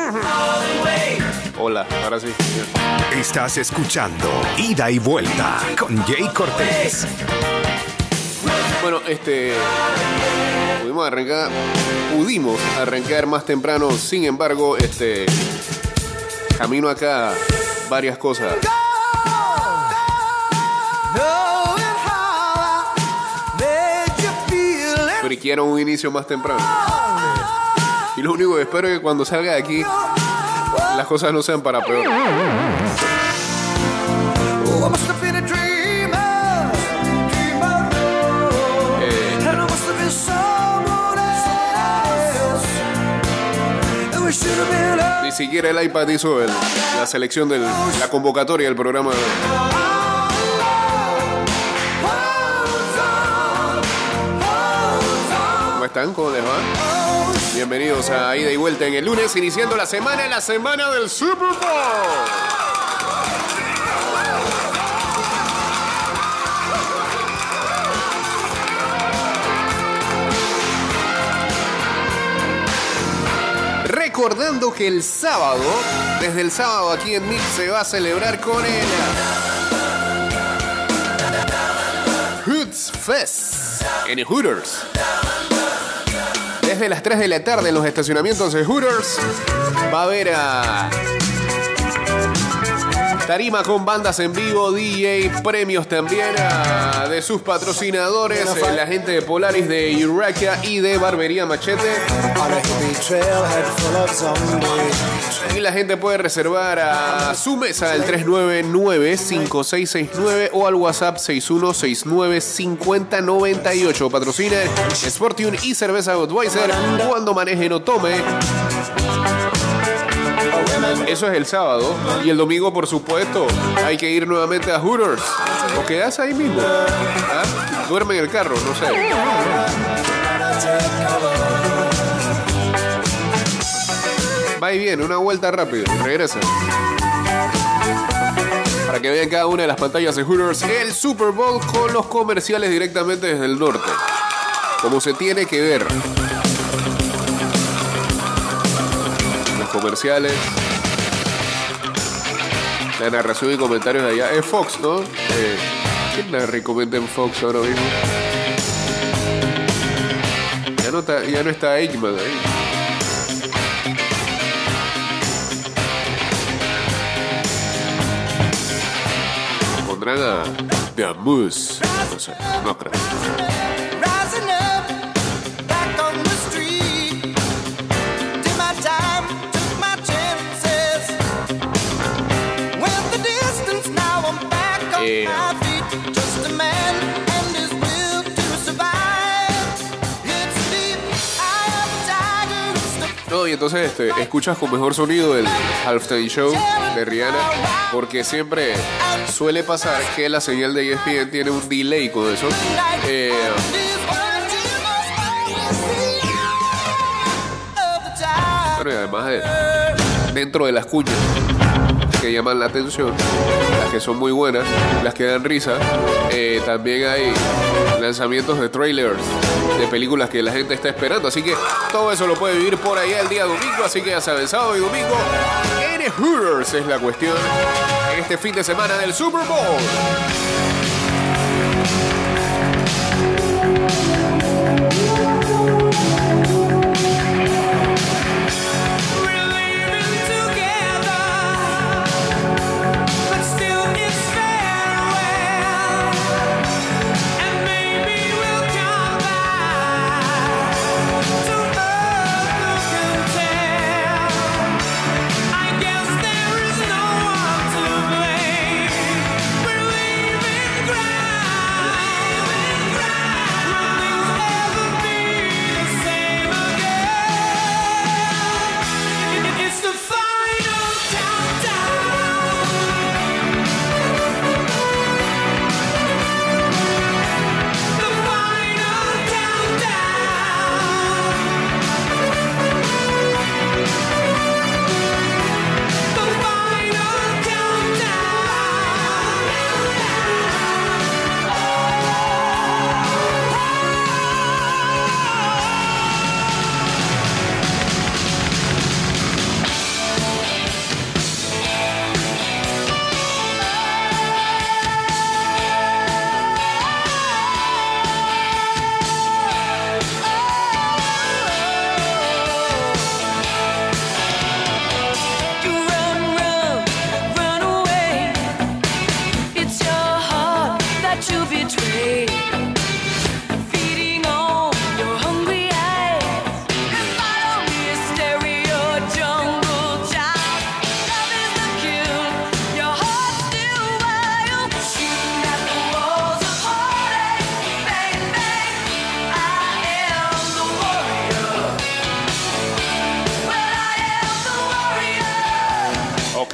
Hola, ahora sí. Estás escuchando Ida y Vuelta con Jay Cortés. Bueno, pudimos arrancar más temprano, sin embargo, camino acá, varias cosas. Quiero un inicio más temprano. Y lo único que espero es que cuando salga de aquí las cosas no sean para peor. Ni siquiera el iPad hizo la selección de la convocatoria del programa. ¿Están? ¿Cómo les va? Bienvenidos a Ida y Vuelta en el lunes, iniciando la semana del Super Bowl. Recordando que el sábado, desde el sábado aquí en Mix se va a celebrar con el Hoods Fest en el Hooters. Desde las 3 de la tarde en los estacionamientos de Hooters va a haber tarima con bandas en vivo, DJ, premios también de sus patrocinadores, la gente de Polaris, de Irakia y de Barbería Machete. Y la gente puede reservar a su mesa al 399-5669 o al WhatsApp 6169-5098. Patrocina Sportium y Cerveza Budweiser. Cuando maneje no tome. Eso es el sábado. Y el domingo, por supuesto, hay que ir nuevamente a Hooters. O quedas ahí mismo. Duerme en el carro, no sé. Va y viene, una vuelta rápido. Regresa. Para que vean cada una de las pantallas de Hooters el Super Bowl con los comerciales directamente desde el norte. Como se tiene que ver. Los comerciales. La narración y comentarios de allá. Es Fox, ¿no? ¿Quién narra y comenta en Fox ahora mismo? Ya no está Eichmann ahí. Pondrán a The Moose. No sé, no creo. No, y entonces escuchas con mejor sonido el Halftime Show de Rihanna, porque siempre suele pasar que la señal de ESPN tiene un delay con eso. Pero y además dentro de las cuñas que llaman la atención, las que son muy buenas, las que dan risa, también hay lanzamientos de trailers de películas que la gente está esperando, así que todo eso lo puede vivir por allá el día domingo, así que ya saben, sábado y domingo en Hooters es la cuestión en este fin de semana del Super Bowl.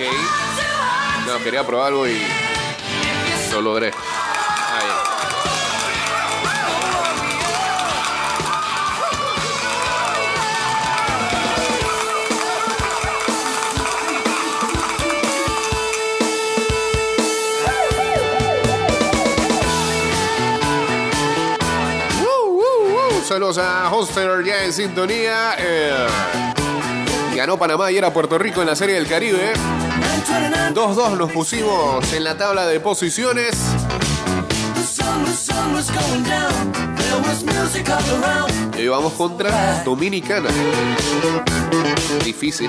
No, quería probar algo y lo logré. Saludos a Hoster ya en sintonía. Ganó Panamá ayer a Puerto Rico en la Serie del Caribe. 2-2 nos pusimos en la tabla de posiciones. Y vamos contra Dominicana. Difícil.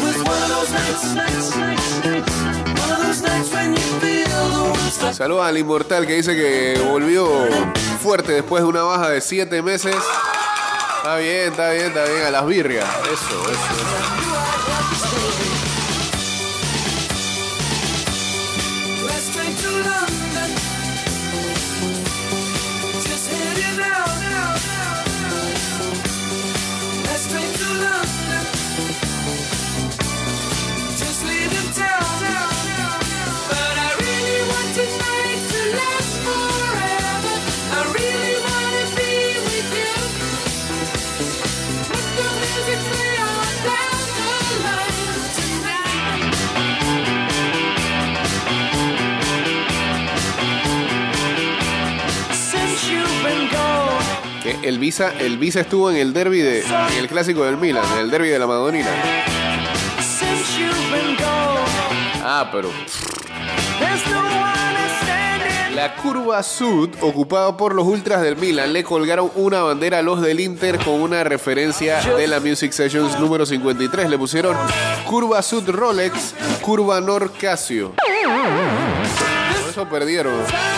Saludos al Inmortal que dice que volvió fuerte después de una baja de 7 meses. Está bien, a las birrias. Eso. El Visa estuvo en el derbi en el clásico del Milan, en el derbi de la Madonina. Pero la curva sud, ocupada por los ultras del Milan, le colgaron una bandera a los del Inter con una referencia de la Music Sessions número 53. Le pusieron curva sud Rolex, curva nor Casio. Por eso perdieron.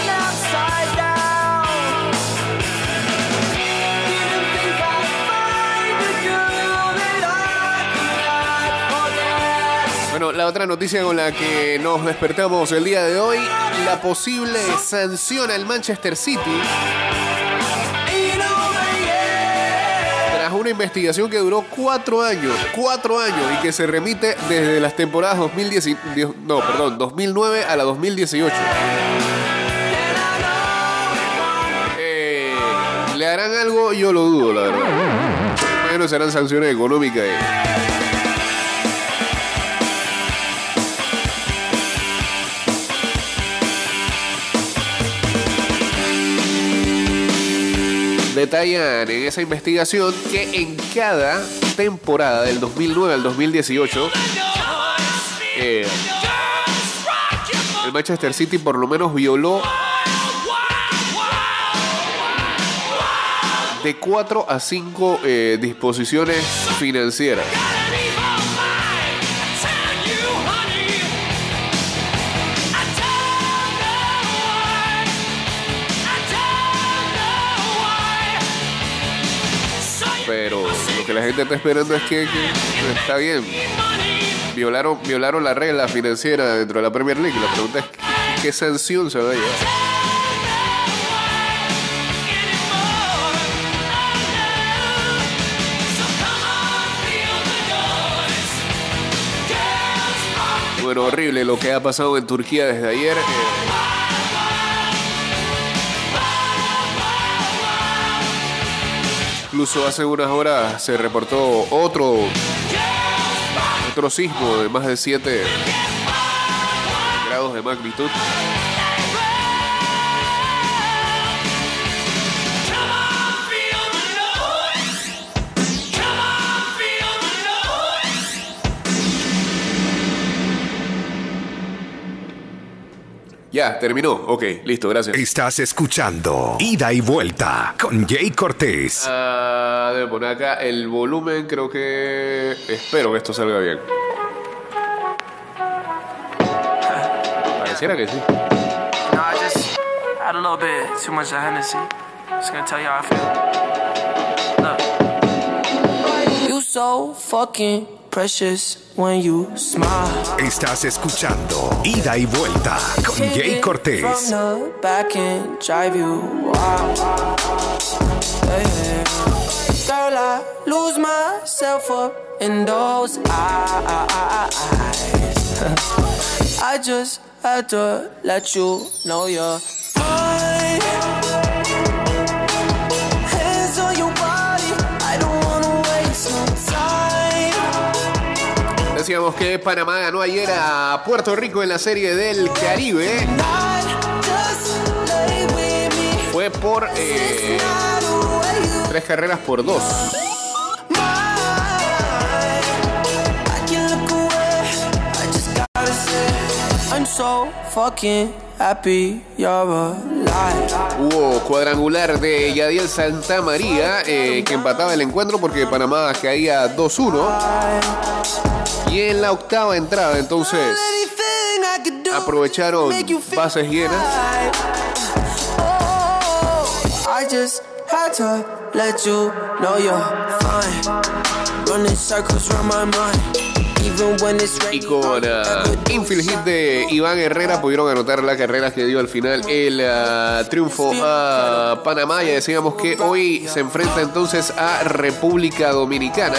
Bueno, la otra noticia con la que nos despertamos el día de hoy, la posible sanción al Manchester City tras una investigación que duró 4 años y que se remite desde las temporadas 2009 a la 2018. ¿Le harán algo? Yo lo dudo, la verdad. Menos serán sanciones económicas. Detallan en esa investigación que en cada temporada del 2009 al 2018 el Manchester City por lo menos violó de 4 a 5 disposiciones financieras. Pero lo que la gente está esperando es que está bien. Violaron la regla financiera dentro de la Premier League. La pregunta es ¿qué sanción se va a llevar? Bueno, horrible lo que ha pasado en Turquía desde ayer. Incluso hace unas horas se reportó otro sismo de más de 7 grados de magnitud. Ya, terminó. Ok, listo, gracias. Estás escuchando Ida y Vuelta con Jay Cortés. Debe poner acá el volumen, creo que... Espero que esto salga bien. Pareciera que sí. No, I just had a little bit too much of Hennessy. Just gonna tell you how I feel. Look. You so fucking precious when you smile. Estás escuchando Ida y Vuelta con Jay Cortés. From the back and drive you wild. Hey, girl, I lose myself up in those eyes. I just had to let you know you're mine. Hands on your body, I don't wanna waste no time. Decíamos que Panamá ganó ayer a Puerto Rico en la Serie del Caribe. Fue por 3 carreras por 2. I'm so fucking happy you're alive. Hubo cuadrangular de Yadiel Santamaría que empataba el encuentro porque Panamá caía 2-1. Y en la octava entrada entonces aprovecharon bases llenas. I just had to let you know you're fine. Running circles around my mind. Y con infield hit de Iván Herrera pudieron anotar la carrera que dio al final el triunfo a Panamá. Ya decíamos que hoy se enfrenta entonces a República Dominicana.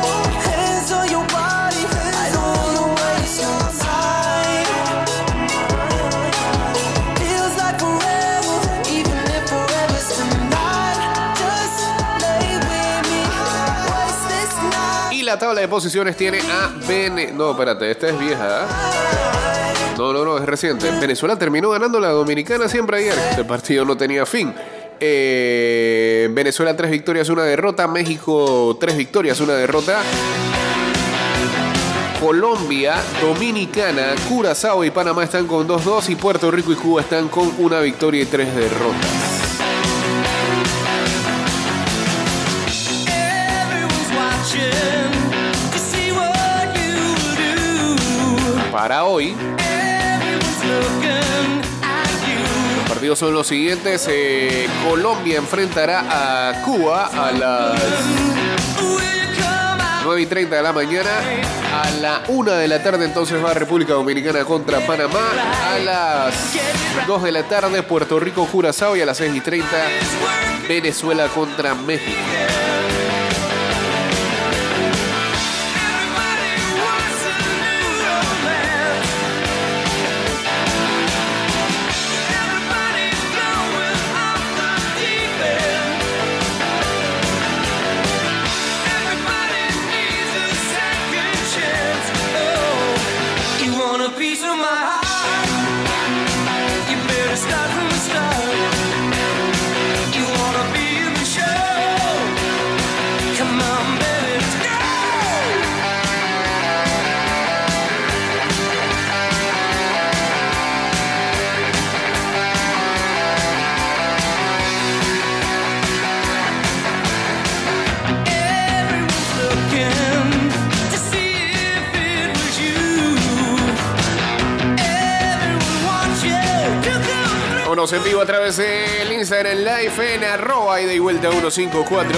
La tabla de posiciones tiene a No, espérate, esta es vieja. No, es reciente. Venezuela terminó ganando la Dominicana siempre ayer. Este partido no tenía fin. Venezuela 3 victorias, 1 derrota. México 3 victorias, 1 derrota. Colombia, Dominicana, Curazao y Panamá están con 2-2. Y Puerto Rico y Cuba están con 1 victoria y 3 derrotas. Para hoy, los partidos son los siguientes. Colombia enfrentará a Cuba a las 9:30 de la mañana. A la 1 de la tarde entonces va República Dominicana contra Panamá. A las 2 de la tarde Puerto Rico, Curazao. Y a las 6:30 Venezuela contra México. En vivo a través del Instagram Live en @ida y vuelta 154.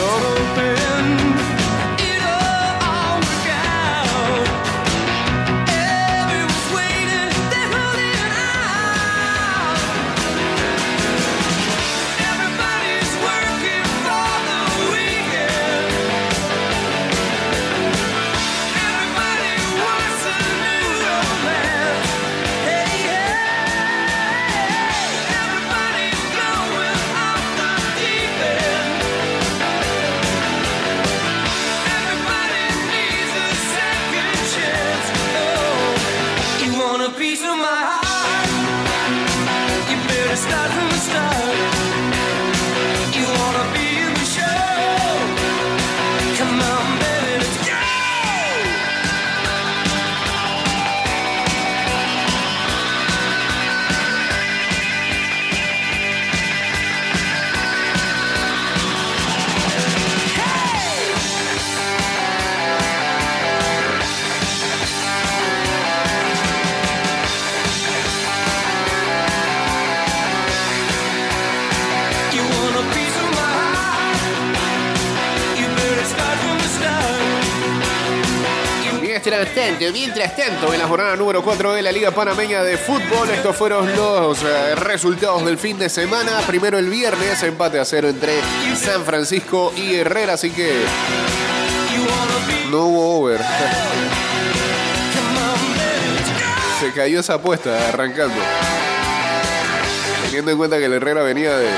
Mientras tanto, en la jornada número 4 de la Liga Panameña de Fútbol, estos fueron los resultados del fin de semana. Primero el viernes, empate a 0 entre San Francisco y Herrera, así que no hubo over. Se cayó esa apuesta arrancando. Teniendo en cuenta que el Herrera venía de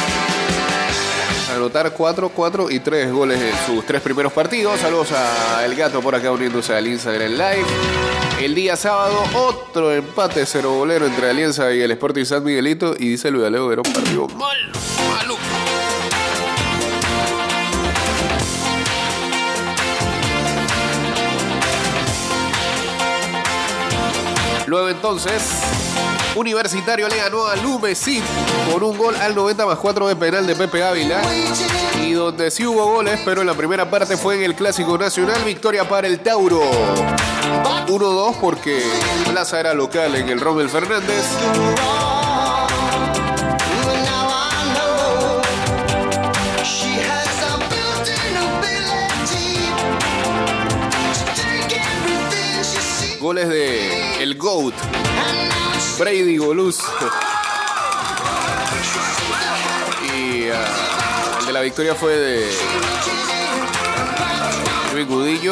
anotar 4 y 3 goles en sus 3 primeros partidos. Saludos a El Gato por acá uniéndose al Instagram Live. El día sábado, otro empate 0 golero entre Alianza y el Sporting San Miguelito. Y dice Luis Alejo que era un partido malo. Luego entonces, Universitario le ganó a Lumecid con un gol al 90+4 de penal de Pepe Ávila. Y donde sí hubo goles, pero en la primera parte fue en el Clásico Nacional. Victoria para el Tauro. 1-2 porque Plaza era local en el Rommel Fernández. Goles de el GOAT, Brady Goluz. Y el de la victoria fue de Luis Gudillo.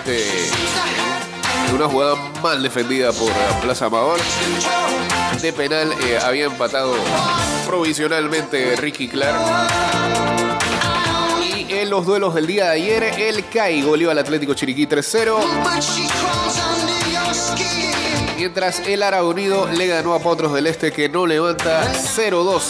Una jugada mal defendida por Plaza Amador. De penal había empatado provisionalmente Ricky Clark. Y en los duelos del día de ayer, el CAI goleó al Atlético Chiriquí 3-0. Mientras el Árabe Unido le ganó a Potros del Este, que no levanta 0-2.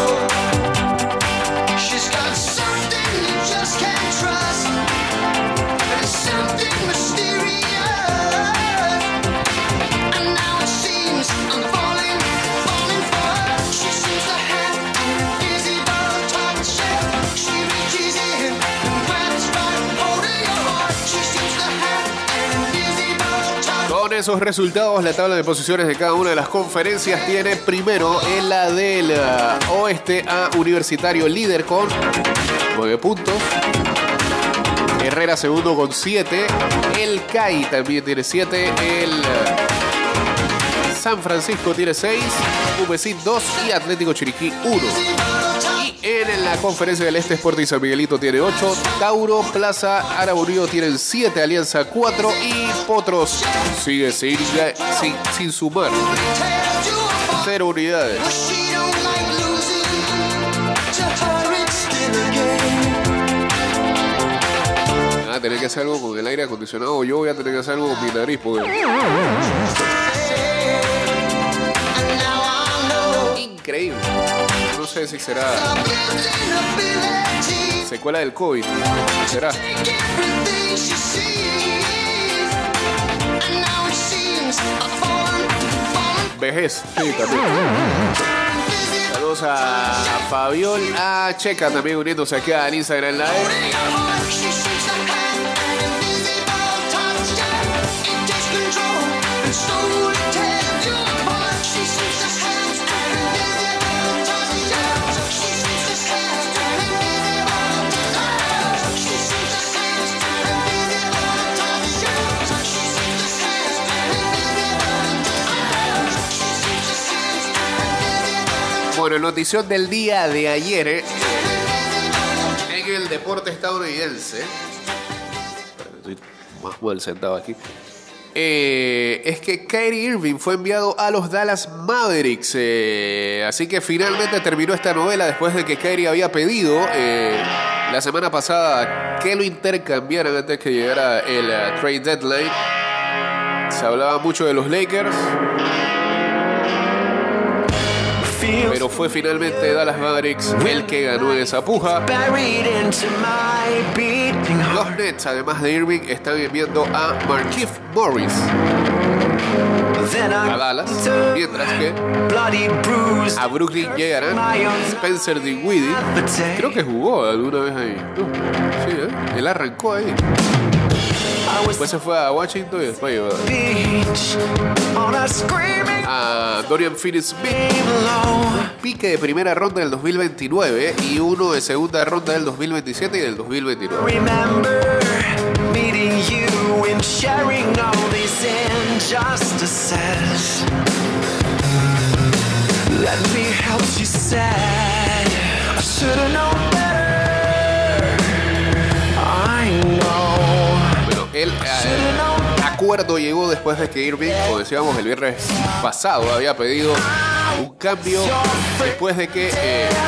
Con esos resultados, la tabla de posiciones de cada una de las conferencias tiene primero en la del oeste a Universitario líder con 9 puntos. Herrera segundo con 7. El CAI también tiene 7. El San Francisco tiene 6. Lumecid 2 y Atlético Chiriquí 1. En la conferencia del Este, Sporting San Miguelito tiene 8, Tauro, Plaza, Árabe Unido tienen 7, Alianza 4 y Potros sigue sin sumar 0 unidades. Van a tener que hacer algo con el aire acondicionado. Yo voy a tener que hacer algo con mi nariz porque... Increíble. No sé si será secuela del COVID. ¿Será? Vejez. Sí, también. Saludos a Fabiol, a Checa también uniéndose aquí a Instagram Live. Bueno, notición del día de ayer en el deporte estadounidense. Estoy más mal sentado aquí. Es que Kyrie Irving fue enviado a los Dallas Mavericks. Así que finalmente terminó esta novela después de que Kyrie había pedido la semana pasada que lo intercambiaran antes que llegara el trade deadline. Se hablaba mucho de los Lakers, pero fue finalmente Dallas Mavericks el que ganó en esa puja. Los Nets, además de Irving, están enviando a Markieff Morris a Dallas, mientras que a Brooklyn llegarán Spencer Dinwiddie. Creo que jugó alguna vez ahí. Sí, él arrancó ahí. Después se fue a Washington y después llegó a Dorian Finney-Smith. Un pique de primera ronda del 2029 y uno de segunda ronda del 2027 y del 2029. Let me help you say I should've known better. I know. Bueno, él acuerdo llegó después de que Irving, como decíamos el viernes pasado, había pedido un cambio después de que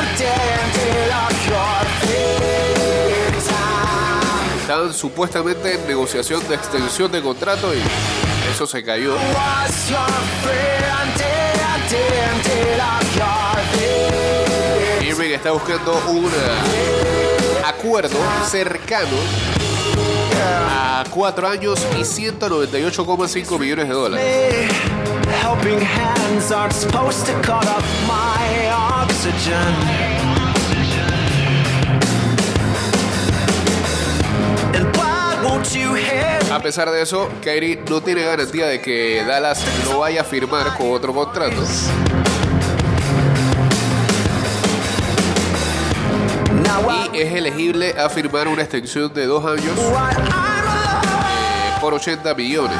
estaban supuestamente en negociación de extensión de contrato y eso se cayó. Irving está buscando un acuerdo cercano a 4 años y $198,5 millones. Helping hands aren't supposed to cut up my oxygen. And why won't you hear? A pesar de eso, Kyrie no tiene garantía de que Dallas lo vaya a firmar con otro contrato. Y es elegible a firmar una extensión de 2 años por 80 millones.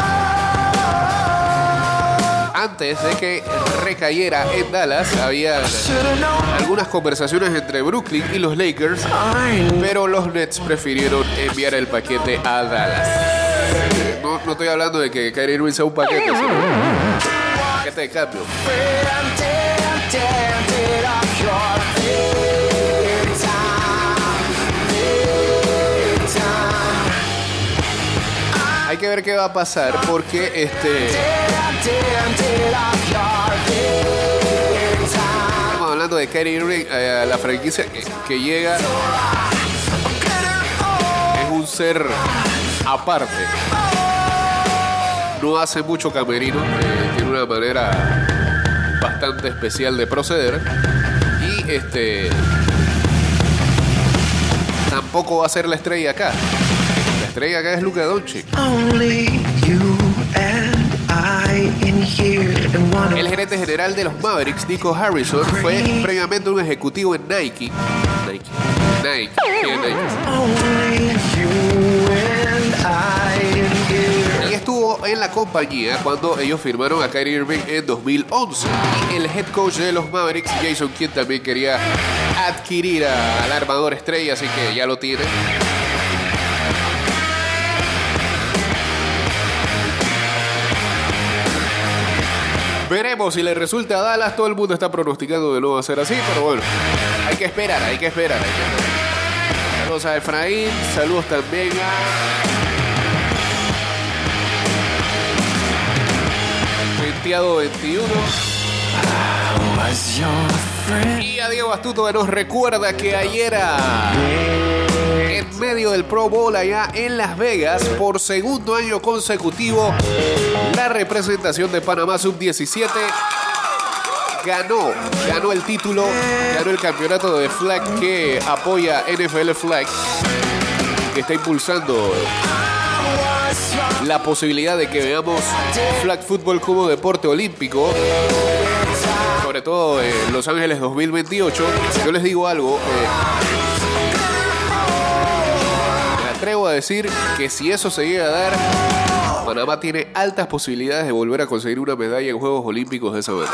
Antes de que recayera en Dallas, había algunas conversaciones entre Brooklyn y los Lakers, pero los Nets prefirieron enviar el paquete a Dallas. No estoy hablando de que Kyrie Irving sea un paquete, sino un paquete de cambio. Hay que ver qué va a pasar porque estamos hablando de Kyrie Irving, la franquicia que llega es un ser aparte. No hace mucho camerino, tiene una manera bastante especial de proceder y tampoco va a ser la estrella acá. La estrella acá es Luka Doncic. El gerente general de los Mavericks, Nico Harrison, fue previamente un ejecutivo en Nike. Y estuvo en la compañía cuando ellos firmaron a Kyrie Irving en 2011. Y el head coach de los Mavericks, Jason Kidd, también quería adquirir al armador estrella, así que ya lo tiene. Veremos si le resulta a Dallas. Todo el mundo está pronosticando de no va a ser así, pero bueno, hay que esperar. Saludos a Efraín, saludos también a Venteado 21 y a Diego Astuto, que nos recuerda que ayer en medio del Pro Bowl allá en Las Vegas, por segundo año consecutivo, la representación de Panamá Sub-17 ganó el título, ganó el campeonato de flag que apoya NFL Flag, que está impulsando la posibilidad de que veamos flag football como deporte olímpico, sobre todo en Los Ángeles 2028. Yo les digo algo, me atrevo a decir que si eso se llega a dar, Panamá tiene altas posibilidades de volver a conseguir una medalla en Juegos Olímpicos de esa manera.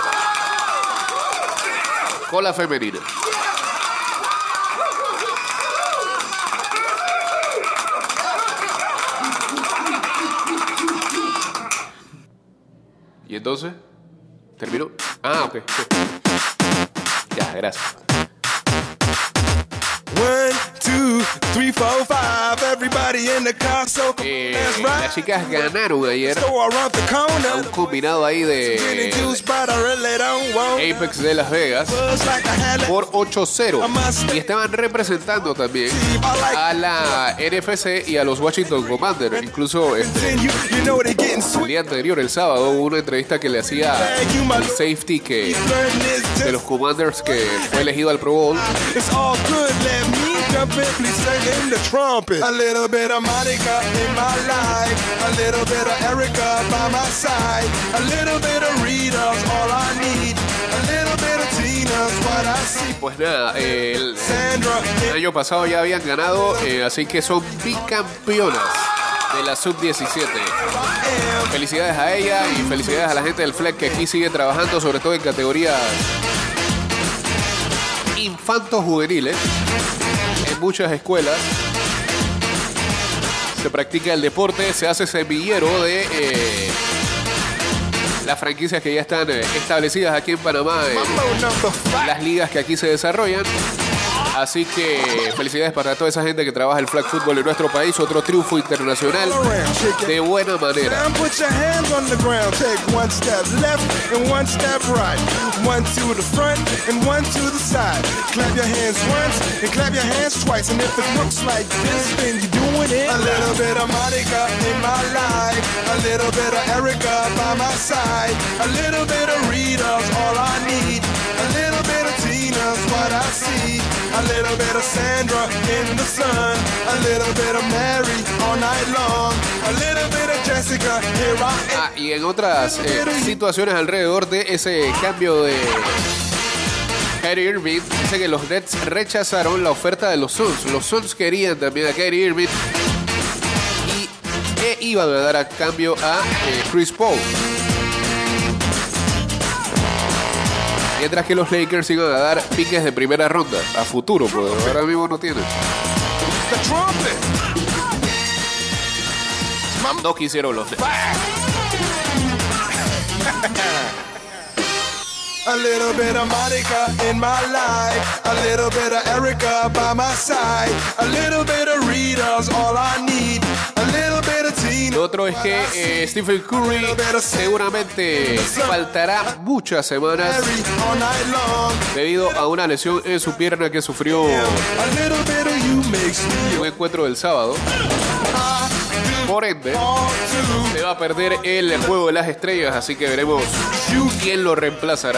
Con la femenina. ¿Y entonces? ¿Terminó? Ah, ok. Ya, gracias. 1, 2, 3, 4, 5. Everybody in the car, so las chicas ganaron ayer a un combinado ahí de Apex de Las Vegas por 8-0 y estaban representando también a la NFC y a los Washington Commanders. Incluso el día anterior, el sábado, hubo una entrevista que le hacía al safety de los Commanders, que fue elegido al Pro Bowl. A little bit of Monica in my life, a little bit of Erica by my side, a little bit of Rita's all I need, a little bit of Tina's what I see. Pues nada, el año pasado ya habían ganado, así que son bicampeonas de la Sub-17. Felicidades a ella y felicidades a la gente del FLEC que aquí sigue trabajando, sobre todo en categorías infantos juveniles. En muchas escuelas se practica el deporte, se hace semillero de las franquicias que ya están establecidas aquí en Panamá, las ligas que aquí se desarrollan. Así que felicidades para toda esa gente que trabaja el flag football en nuestro país. Otro triunfo internacional de buena manera. Now put your hands on the ground. Take one step left and one step right. One to the front and one to the side. Clap your hands once and clap your hands twice. And if it looks like this, then you're doing it. A little bit of Monica in my life. A little bit of Erica by my side. A little bit of Rita's all I need. A little bit of Tina's what I see. A little bit of Sandra in the sun. A little bit of Mary all night long. A little bit of Jessica, here I am. Y en otras situaciones alrededor de ese cambio de Kyrie Irving, dice que los Nets rechazaron la oferta de los Suns. Los Suns querían también a Kyrie Irving y que iban a dar a cambio a Chris Paul. Mientras que los Lakers iban a dar piques de primera ronda a futuro, pues ahora mismo no tienen. No quisieron los Nets. A little bit of Monica in my life. A little bit of Erica by my side. A little bit of Rita's all I need. A little bit of Tina. Lo otro es que Stephen Curry seguramente faltará muchas semanas debido a una lesión en su pierna que sufrió en un encuentro del sábado. Por ende, se va a perder el juego de las estrellas, así que veremos quién lo reemplazará.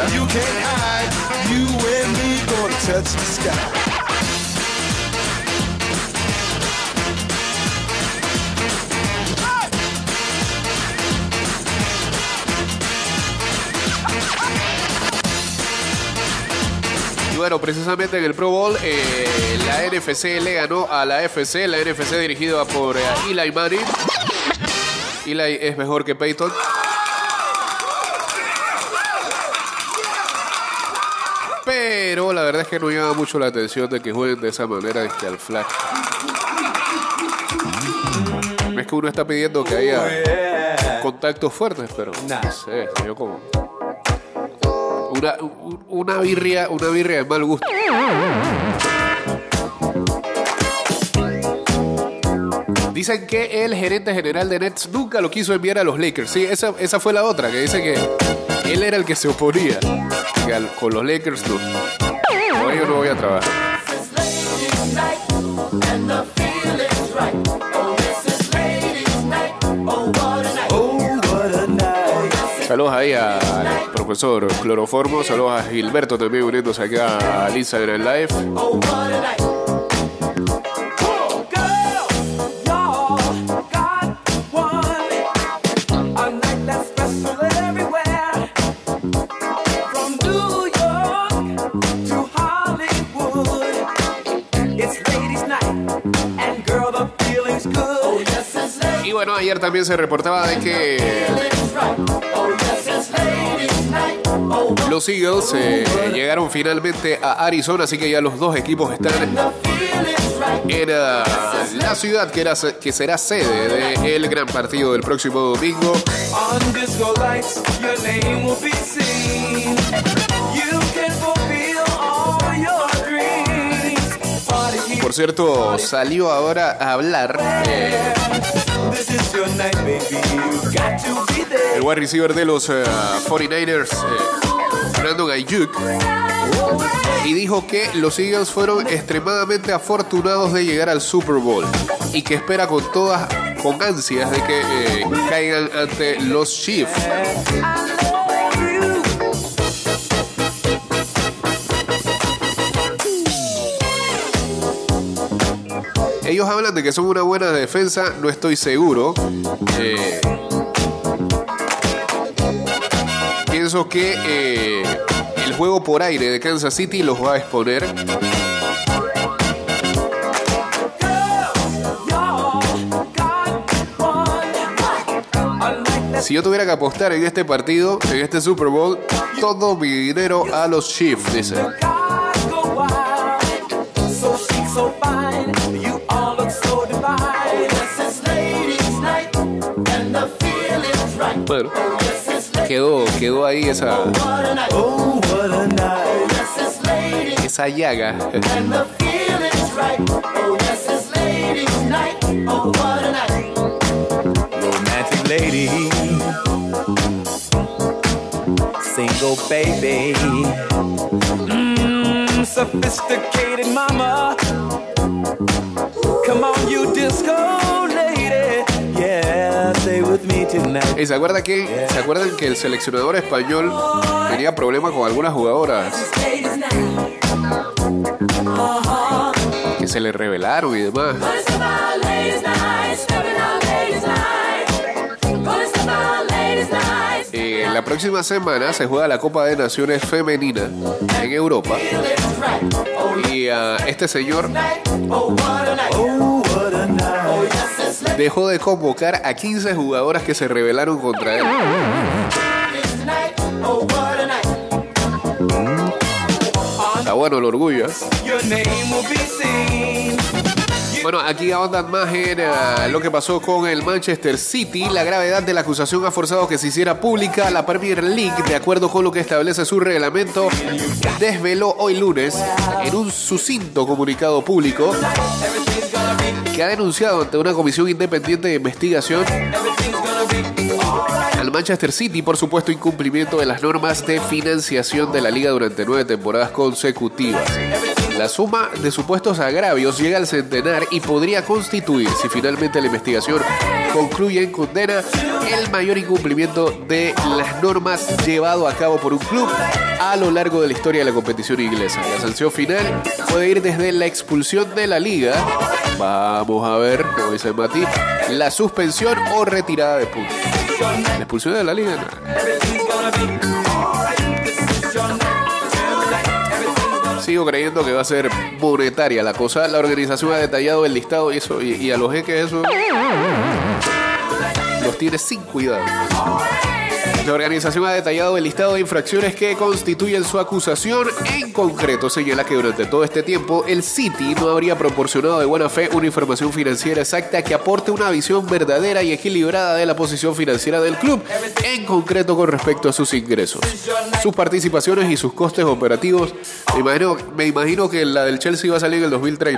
Y bueno, precisamente en el Pro Bowl, la NFC le ganó a la AFC, la NFC dirigida por Eli Manning. Eli es mejor que Peyton. Pero la verdad es que no llama mucho la atención de que jueguen de esa manera al flag. Es que uno está pidiendo que haya contactos fuertes, pero no sé, yo como... Una birria de mal gusto. Dicen que el gerente general de Nets nunca lo quiso enviar a los Lakers. Sí, esa fue la otra, que dice que él era el que se oponía. Que con los Lakers no. Con ellos no voy a trabajar. Saludos ahí al profesor Cloroformo. Saludos a Gilberto también uniéndose acá al Instagram Live. Y bueno, ayer también se reportaba de que los Eagles llegaron finalmente a Arizona, así que ya los dos equipos están en la ciudad que será sede del gran partido del próximo domingo. Por cierto, salió ahora a hablar el wide receiver de los 49ers, Brandon Ayuk, y dijo que los Eagles fueron extremadamente afortunados de llegar al Super Bowl y que espera con ansias de que caigan ante los Chiefs. Ellos hablan de que son una buena defensa, no estoy seguro. Pienso que el juego por aire de Kansas City los va a exponer. Si yo tuviera que apostar en este partido, en este Super Bowl, todo mi dinero a los Chiefs, dice. Bueno, quedó ahí esa llaga. Romantic lady, single baby, sophisticated mama. Come on, you disco lady, yeah, stay with me tonight. ¿Se acuerdan que el seleccionador español tenía problemas con algunas jugadoras que se le revelaron y demás? La próxima semana se juega la Copa de Naciones Femenina en Europa y este señor dejó de convocar a 15 jugadoras que se rebelaron contra él. Está bueno el orgullo, ¿eh? Bueno, aquí ahondan más en lo que pasó con el Manchester City. La gravedad de la acusación ha forzado que se hiciera pública. La Premier League, de acuerdo con lo que establece su reglamento, desveló hoy lunes en un sucinto comunicado público que ha denunciado ante una comisión independiente de investigación al Manchester City por supuesto incumplimiento de las normas de financiación de la liga durante 9 temporadas consecutivas. La suma de supuestos agravios llega al centenar y podría constituir, si finalmente la investigación concluye en condena, el mayor incumplimiento de las normas llevado a cabo por un club a lo largo de la historia de la competición inglesa. La sanción final puede ir desde la expulsión de la liga, vamos a ver, como dice Mati, la suspensión o retirada de puntos. La expulsión de la liga, no. Sigo creyendo que va a ser monetaria la cosa. La organización ha detallado el listado y a los jeques eso los tiene sin cuidado. La organización ha detallado el listado de infracciones que constituyen su acusación. En concreto, señala que durante todo este tiempo el City no habría proporcionado de buena fe una información financiera exacta que aporte una visión verdadera y equilibrada de la posición financiera del club, en concreto con respecto a sus ingresos, sus participaciones y sus costes operativos. Me imagino que la del Chelsea va a salir en el 2030.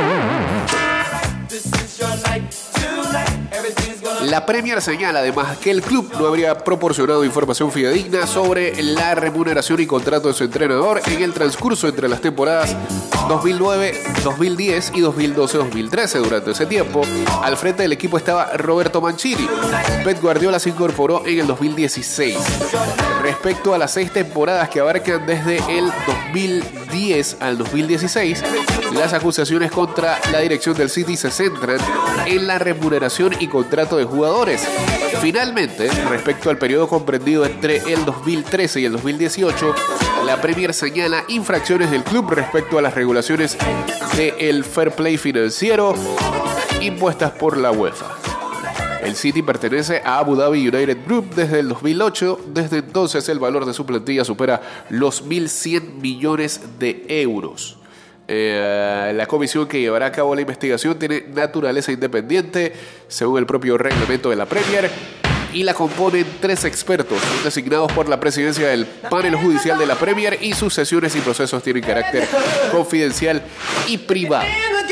La Premier señala además que el club no habría proporcionado información fidedigna sobre la remuneración y contrato de su entrenador en el transcurso entre las temporadas 2009, 2010 y 2012-2013. Durante ese tiempo, al frente del equipo estaba Roberto Mancini. Pep Guardiola se incorporó en el 2016. Respecto a las 6 temporadas que abarcan desde el 2010 al 2016, las acusaciones contra la dirección del City se centran en la remuneración y contrato de jugadores. Finalmente, respecto al periodo comprendido entre el 2013 y el 2018, la Premier señala infracciones del club respecto a las regulaciones del fair play financiero impuestas por la UEFA. El City pertenece a Abu Dhabi United Group desde el 2008. Desde entonces el valor de su plantilla supera los 1.100 millones de euros. La comisión que llevará a cabo la investigación tiene naturaleza independiente, según el propio reglamento de la Premier, y la componen 3 expertos designados por la presidencia del panel judicial de la Premier, y sus sesiones y procesos tienen carácter confidencial y privado.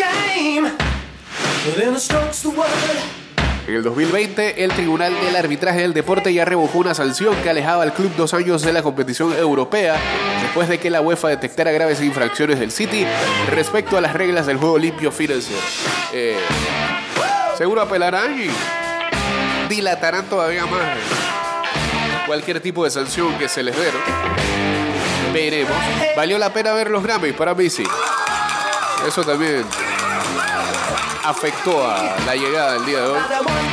En el 2020, el Tribunal del Arbitraje del Deporte ya revocó una sanción que alejaba al club 2 años de la competición europea después de que la UEFA detectara graves infracciones del City respecto a las reglas del juego limpio financiero. Seguro apelarán y dilatarán todavía más cualquier tipo de sanción que se les dé, ¿no? Veremos. ¿Valió la pena ver los Grammys? Para mí sí. Eso también afectó a la llegada del día de hoy.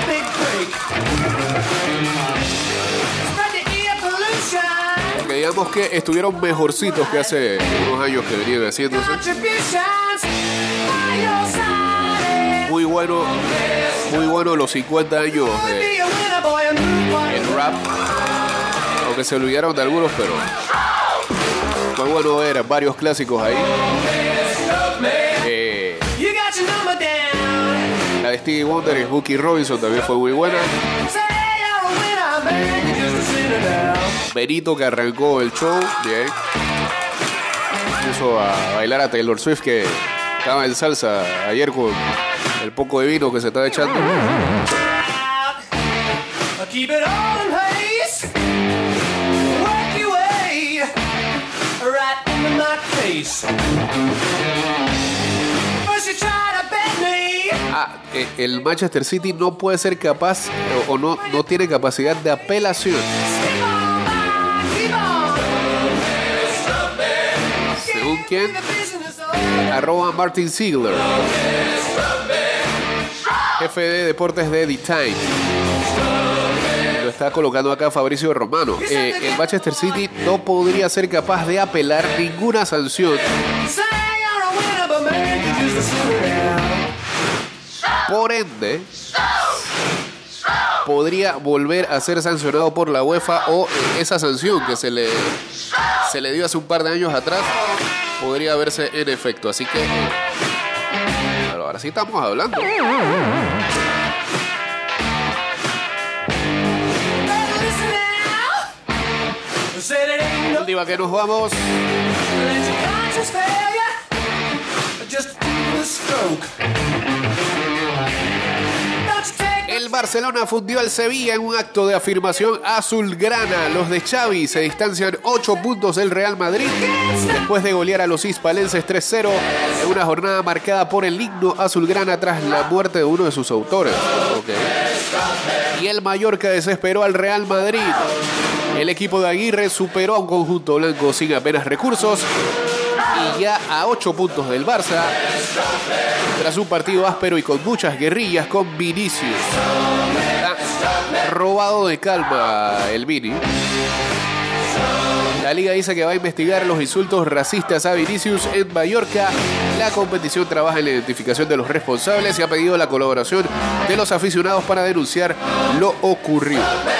Porque digamos que estuvieron mejorcitos que hace unos años que venían haciéndose. Muy bueno los 50 años el rap. Aunque se olvidaron de algunos, pero muy bueno ver varios clásicos ahí. La de Stevie Wonder y Bucky Robinson también fue muy buena. Benito, que arrancó el show. Bien. Puso a bailar a Taylor Swift, que estaba en salsa ayer con el poco de vino que se estaba echando. Keep it all in place. Work your way right into my face. First you try to bend me. El Manchester City no puede ser capaz o no tiene capacidad de apelación. ¿Según quién? @Martin Ziegler, jefe de deportes de The Times. Lo está colocando acá Fabricio Romano. El Manchester City no podría ser capaz de apelar ninguna sanción. Por ende, podría volver a ser sancionado por la UEFA, o esa sanción que se le dio hace un par de años atrás podría verse en efecto. Así que, bueno, ahora sí estamos hablando. Última que nos vamos. El Barcelona fundió al Sevilla en un acto de afirmación azulgrana. Los de Xavi se distancian 8 puntos del Real Madrid después de golear a los hispalenses 3-0 en una jornada marcada por el himno azulgrana tras la muerte de uno de sus autores. Y el Mallorca desesperó al Real Madrid. El equipo de Aguirre superó a un conjunto blanco sin apenas recursos y ya a 8 puntos del Barça, tras un partido áspero y con muchas guerrillas con Vinicius. Está robado de calma el Vini. La liga dice que va a investigar los insultos racistas a Vinicius en Mallorca. La competición trabaja en la identificación de los responsables y ha pedido la colaboración de los aficionados para denunciar lo ocurrido.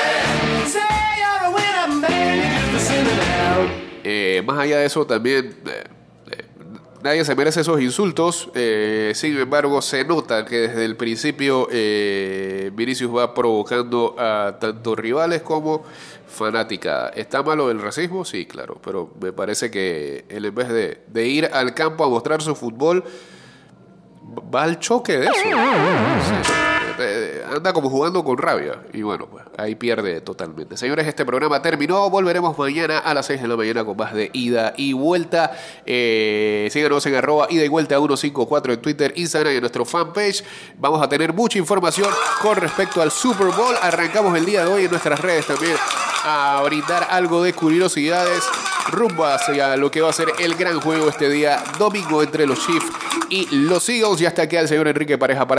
Más allá de eso, también nadie se merece esos insultos. Sin embargo, se nota que desde el principio Vinicius va provocando a tanto rivales como fanática. ¿Está malo el racismo? Sí, claro, pero me parece que él, en vez de ir al campo a mostrar su fútbol, va al choque de eso. Sí. Anda como jugando con rabia. Y bueno, pues ahí pierde totalmente. Señores, este programa terminó. Volveremos mañana a las 6 de la mañana con más de Ida y Vuelta. Síganos en @Ida y Vuelta 154 en Twitter, Instagram y en nuestro fanpage. Vamos a tener mucha información con respecto al Super Bowl. Arrancamos el día de hoy en nuestras redes también a brindar algo de curiosidades rumbo hacia lo que va a ser el gran juego este día domingo entre los Chiefs y los Eagles. Y hasta aquí al señor Enrique Pareja para